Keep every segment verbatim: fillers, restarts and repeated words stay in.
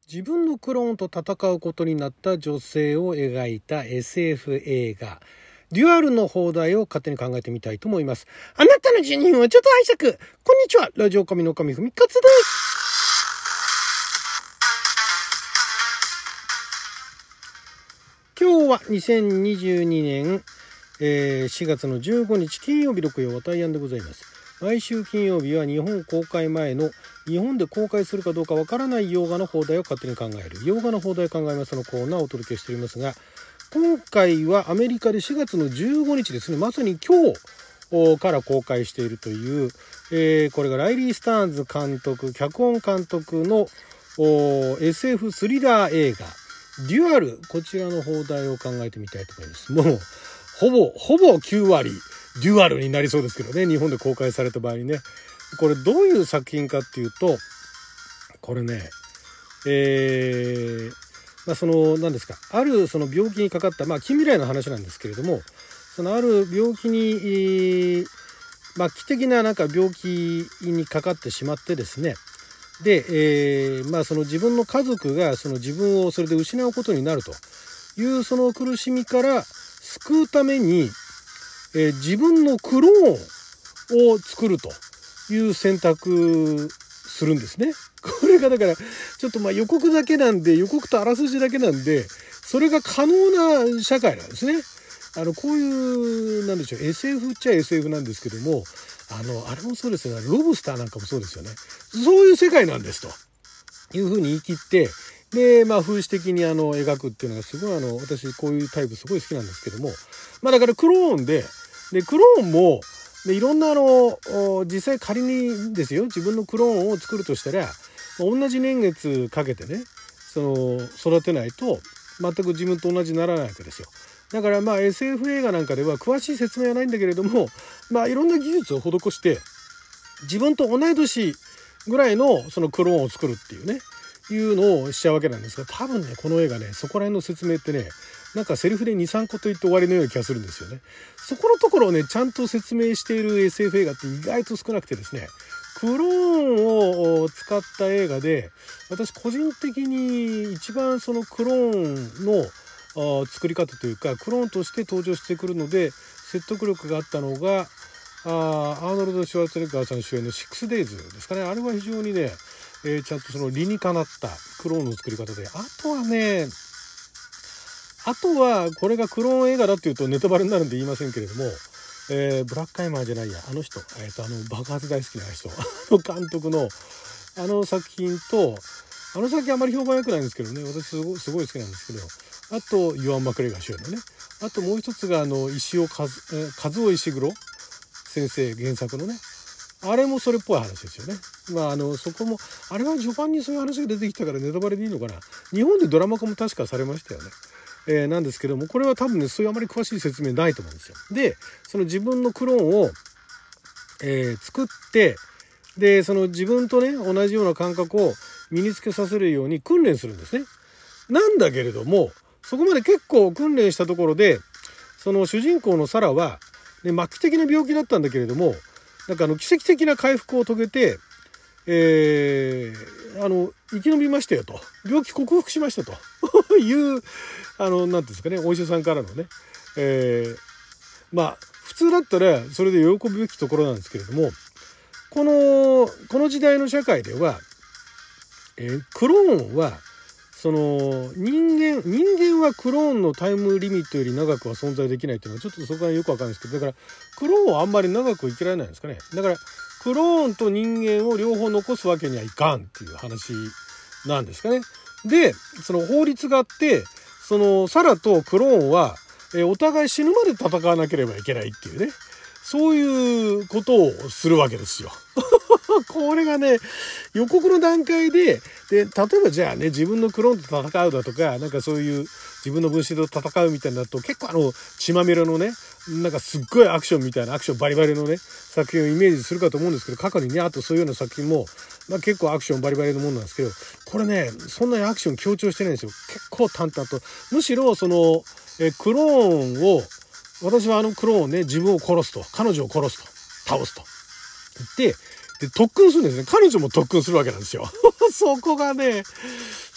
自分のクローンと戦うことになった女性を描いた エスエフ 映画デュアルの放題を勝手に考えてみたいと思います。あなたのじゅうにふんはちょっと拝借。こんにちは、ラジオ神の神ふみかつです。今日はにせんにじゅうにねん、えー、しがつのじゅうごにち金曜日録曜は大安でございます。毎週金曜日は日本公開前の日本で公開するかどうかわからない洋画の放題を勝手に考える洋画の放題を考えますのコーナーをお届けしておりますが、今回はアメリカでしがつのじゅうごにちですね、まさに今日から公開しているという、えー、これがライリー・スターンズ監督脚本監督の エスエフ スリラー映画デュアル、こちらの放題を考えてみたいと思います。もうほぼほぼきゅうわりデュアルになりそうですけどね、日本で公開された場合にね。これどういう作品かっていうと、これねえー、まあその何ですか、あるその病気にかかった、まあ近未来の話なんですけれども、そのある病気に末期的ななんか病気にかかってしまってですね、で、えー、まあその自分の家族がその自分をそれで失うことになるというその苦しみから救うために、えー、自分のクローンを作るという選択するんですね。これがだからちょっとまあ予告だけなんで、予告とあらすじだけなんで、それが可能な社会なんですね。あのこういうなんでしょう、 エスエフ っちゃ エスエフ なんですけども、あのあれもそうですよね、ロブスターなんかもそうですよね。そういう世界なんですというふうに言い切って、でまあ風刺的にあの描くっていうのがすごい、あの私こういうタイプすごい好きなんですけども、まあだからクローンででクローンもでいろんなあの実際仮にですよ、自分のクローンを作るとしたら同じ年月かけてね、その育てないと全く自分と同じにならないわけですよ。だからまあ エスエフ 映画なんかでは詳しい説明はないんだけれども、まあいろんな技術を施して自分と同い年ぐらいのそのクローンを作るっていうね、いうのをしちゃうわけなんですが、多分ねこの映画ね、そこら辺の説明ってね、なんかセリフで にさんこと言って終わりのような気がするんですよね。そこのところをねちゃんと説明している エスエフ 映画って意外と少なくてですね、クローンを使った映画で私個人的に一番そのクローンの作り方というか、クローンとして登場してくるので説得力があったのがあーアーノルド・シュワルツェネッガーさん主演のシックスデイズですかね。あれは非常にね、えー、ちゃんとその理にかなったクローンの作り方で、あとはねあとはこれがクローン映画だっていうとネタバレになるんで言いませんけれども、えー、ブラックアイマーじゃないや、あの人、えー、とあの爆発大好きな人あの監督のあの作品と、あの作品あまり評判良くないんですけどね、私すごい、すごい好きなんですけど、あとユアン・マクレガー主演のね、あともう一つがあの石尾和夫石黒先生原作のね、あれもそれっぽい話ですよね。まああのそこもあれは序盤にそういう話が出てきたからネタバレでいいのかな。日本でドラマ化も確かされましたよね。えー、なんですけども、これは多分ねそういうあまり詳しい説明ないと思うんですよ。でその自分のクローンを、えー、作って、でその自分とね同じような感覚を身につけさせるように訓練するんですね。なんだけれども、そこまで結構訓練したところで、その主人公のサラは、ね、末期的な病気だったんだけれども、なんかあの奇跡的な回復を遂げて、えー、あの生き延びましたよと、病気克服しましたというあのなんていうんですかね、お医者さんからのね、えー、まあ普通だったらそれで喜ぶべきところなんですけれども、このこの時代の社会では、えー、クローンはその人間人間はクローンのタイムリミットより長くは存在できないっていうのはちょっとそこはよくわかるんですけど、だからクローンはあんまり長く生きられないんですかね。だからクローンと人間を両方残すわけにはいかんっていう話なんですかね。でその法律があって、そのサラとクローンは、えー、お互い死ぬまで戦わなければいけないっていうね、そういうことをするわけですよ。これがね予告の段階で、で例えばじゃあね自分のクローンと戦うだとか、なんかそういう自分の分身と戦うみたいになると、結構あの血まみれのね、なんかすっごいアクションみたいな、アクションバリバリのね作品をイメージするかと思うんですけど、過去にねあとそういうような作品も、まあ、結構アクションバリバリのものなんですけど、これねそんなにアクション強調してないんですよ。結構淡々と、むしろそのえクローンを、私はあのクローンをね自分を殺すと、彼女を殺すと、倒すと言って、で特訓するんですね。彼女も特訓するわけなんですよ。そこがね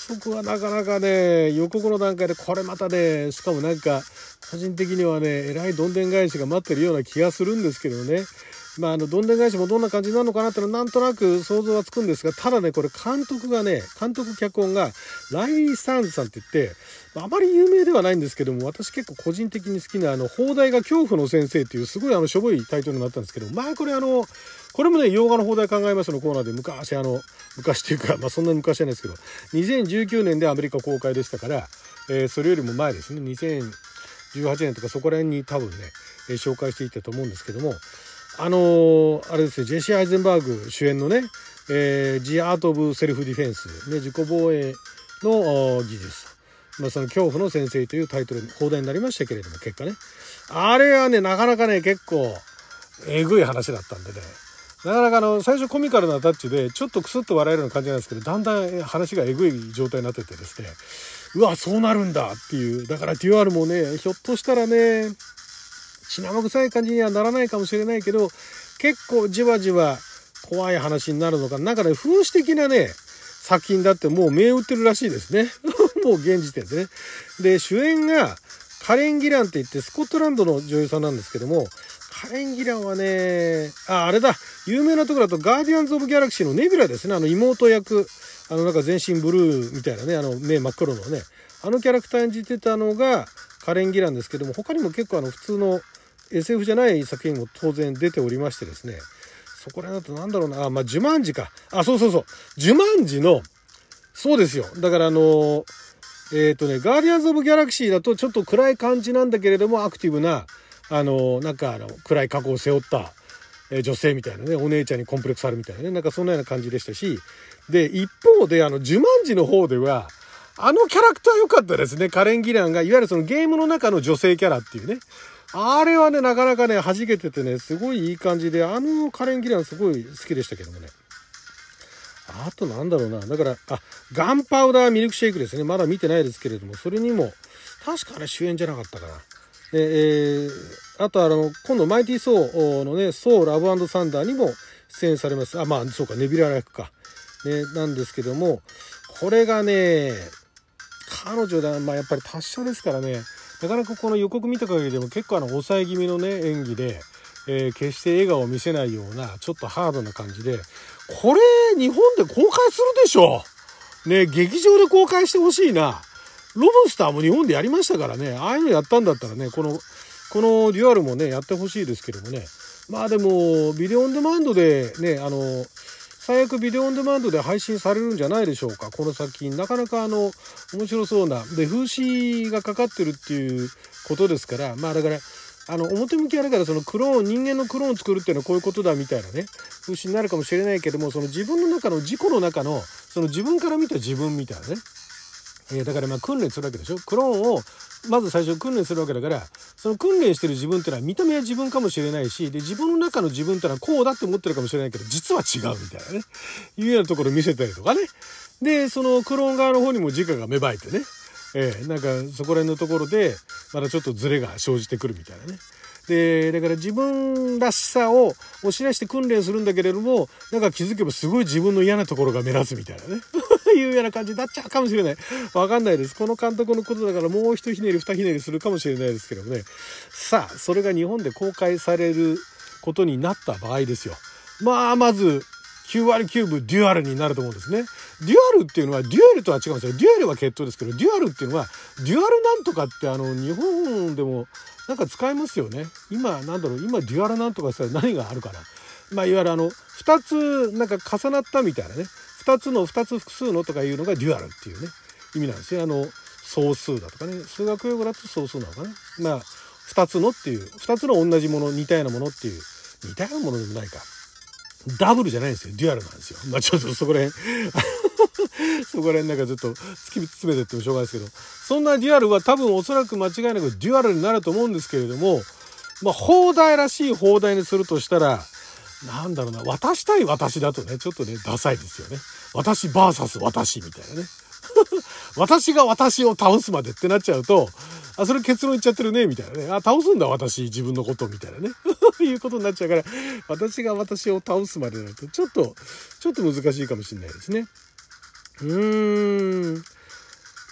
そこはなかなかね、予告の段階でこれまたね、しかもなんか個人的にはね、えらいどんでん返しが待ってるような気がするんですけどね。まあ、あのどんでん返しもどんな感じになるのかなってのはなんとなく想像はつくんですが、ただね、これ監督がね、監督脚本がライリー・スターンズさんって言って、あまり有名ではないんですけども、私結構個人的に好きなあの放題が恐怖の先生っていうすごいあのしょぼいタイトルになったんですけど、まあこれあのこれもね、洋画の放題考えますのコーナーで昔あの昔っていうか、まあそんなに昔じゃないですけど、にせんじゅうきゅうねんでアメリカ公開でしたから、えー、それよりも前ですね、にせんじゅうはちねんとかそこら辺に多分ね、えー、紹介していったと思うんですけども、あのー、あれですよ、ジェシー・アイゼンバーグ主演のね、えー、The Art of Self-Defense、ね、自己防衛の技術、まあ、その恐怖の先生というタイトル、放題になりましたけれども、結果ね。あれはね、なかなかね、結構、えぐい話だったんでね。なかなかあの、最初コミカルなタッチで、ちょっとクスッと笑えるような感じなんですけど、だんだん話がえぐい状態になっててですね、うわ、そうなるんだっていう、だからデュアルもね、ひょっとしたらね、血生臭い感じにはならないかもしれないけど、結構じわじわ怖い話になるのかな。なんかね、風刺的なね、作品だってもう銘打ってるらしいですね。もう現時点でね。で、主演がカレン・ギランって言ってスコットランドの女優さんなんですけども、カレン・ギランはね、あ、あれだ、有名なところだとガーディアンズ・オブ・ギャラクシーのネビュラですね。あの妹役、あのなんか全身ブルーみたいなね、あの目真っ黒のね、あのキャラクター演じてたのがカレン・ギランですけども、他にも結構あの普通のエスエフ じゃない作品も当然出ておりましてですね、そこら辺だとなんだろうな、あ、まあ、ジュマンジか。あ、そうそうそう。ジュマンジの、そうですよ。だからあの、えっとね、ガーディアンズ・オブ・ギャラクシーだとちょっと暗い感じなんだけれども、アクティブな、あの、なんかあの、暗い過去を背負った、えー、女性みたいなね、お姉ちゃんにコンプレックスあるみたいなね、なんかそんなような感じでしたし、で、一方で、あの、ジュマンジの方では、あのキャラクター良かったですね。カレン・ギランが、いわゆるそのゲームの中の女性キャラっていうね。あれはね、なかなかね、弾けててね、すごいいい感じで、あのカレン・ギランすごい好きでしたけどもね。あとなんだろうな。だから、あ、ガンパウダーミルクシェイクですね。まだ見てないですけれども、それにも、確かあれ主演じゃなかったかな。で、えー、あとあの、今度マイティー・ソーのね、ソー・ラブ&サンダーにも出演されます。あ、まあ、そうか、ネビュラ役か。ね、なんですけども、これがね、彼女だ、まあやっぱり達者ですからね、なかなかこの予告見た限りでも結構あの抑え気味のね演技で、えー、決して笑顔を見せないようなちょっとハードな感じで、これ日本で公開するでしょね、劇場で公開してほしいな。ロブスターも日本でやりましたからね、ああいうのやったんだったらね、このこのデュアルもねやってほしいですけどもね。まあでもビデオオンデマンドでね、あの最悪ビデオオンデマンドで配信されるんじゃないでしょうか。この作品なかなかあの面白そうなで、風刺がかかってるっていうことですから、まあだからあの表向きあれからそのクローン、人間のクローンを作るっていうのはこういうことだみたいなね風刺になるかもしれないけども、その自分の中の自己の中のその自分から見た自分みたいなね、えー、だからまあ訓練するわけでしょ。クローンをまず最初訓練するわけだから、その訓練してる自分っていうのは見た目は自分かもしれないし、で自分の中の自分っていうのはこうだって思ってるかもしれないけど実は違うみたいなね、いうようなところを見せたりとかね。でそのクローン側の方にも自我が芽生えてね、えー、なんかそこら辺のところでまだちょっとズレが生じてくるみたいなね。でだから自分らしさを押し出して訓練するんだけれども、なんか気づけばすごい自分の嫌なところが目立つみたいなねいうような感じになっちゃうかもしれない。わかんないです。この監督のことだからもう一ひねり二ひねりするかもしれないですけどね。さあそれが日本で公開されることになった場合ですよ。まあまずきゅうわりきゅうぶデュアルになると思うんですね。デュアルっていうのはデュエルとは違うんですよ。デュエルは決闘ですけど、デュアルっていうのはデュアルなんとかってあの日本でもなんか使えますよね。今なんだろう、今デュアルなんとかしたら何があるかな。まあいわゆるあのふたつなんか重なったみたいなね、ふたつのふたつ複数のとかいうのがデュアルっていうね意味なんですよ。あの総数だとかね、数学用語だと総数なのかな。まあふたつのっていう、ふたつの同じもの、似たようなものっていう、似たようなものでもないか、ダブルじゃないんですよ、デュアルなんですよ。まあちょっとそこら辺そこら辺なんかちょっと突き詰めてってもしょうがないですけど、そんなデュアルは多分おそらく間違いなくデュアルになると思うんですけれども、まあ放題らしい放題にするとしたら、なんだろうな、私対私だとねちょっとねダサいですよね。私 ブイエス 私みたいなね私が私を倒すまでってなっちゃうと、あ、それ結論言っちゃってるねみたいなね、あ、倒すんだ私自分のことみたいなねいうことになっちゃうから、私が私を倒すまでになるとちょっとちょっと難しいかもしれないですね。うーん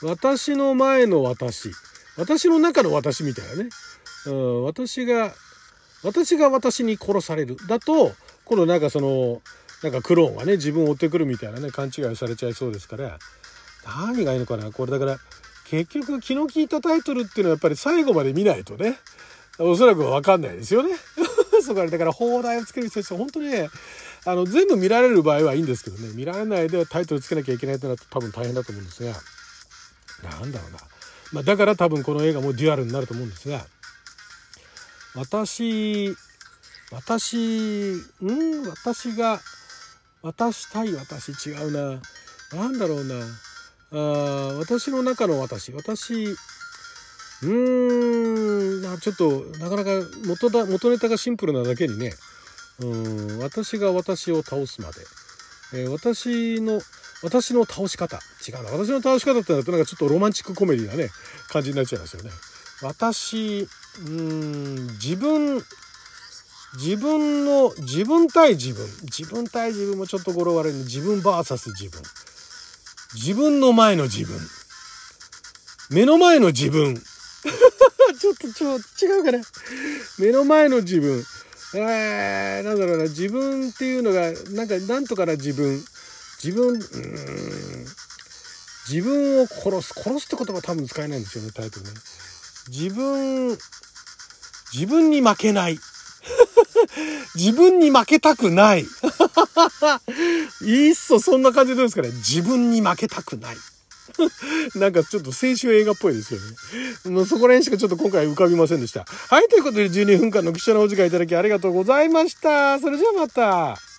私の前の私、私の中の私みたいなね、うん、私が私が私に殺されるだと、このなんかそのなんかクローンがね自分を追ってくるみたいなね勘違いされちゃいそうですから、何がいいのかなこれ。だから結局気の利いたタイトルっていうのはやっぱり最後まで見ないとね、おそらく分かんないですよね。そうか、だから放題をつける人たちは本当にね、あの全部見られる場合はいいんですけどね、見られないでタイトルつけなきゃいけないってのは多分大変だと思うんですが、なんだろうな、まあ、だから多分この映画もデュアルになると思うんですが、私私ん私が渡したい私、違うな、なんだろうな、あ私の中の私私うーんちょっとなかなか元だ元ネタがシンプルなだけにね、うん私が私を倒すまで、えー、私の私の倒し方、違うな、私の倒し方ってなるとなんかちょっとロマンチックコメディなね感じになっちゃいますよね。私うーん自分自分の自分対自分自分対自分もちょっと語呂悪いね。自分 ブイエス 自分、自分の前の自分、目の前の自分ちょっとちょ違うかな、目の前の自分、えー、なんだろうな、自分っていうのがなんかなんとかな自分自分うーん自分を殺す殺すって言葉多分使えないんですよね、タイトルね。自分自分に負けない自分に負けたくないいいっそそんな感じでどうですかね。自分に負けたくないなんかちょっと青春映画っぽいですよね。もうそこら辺しかちょっと今回浮かびませんでした。はい、ということでじゅうにふんかんの貴重なお時間いただきありがとうございました。それじゃあまた。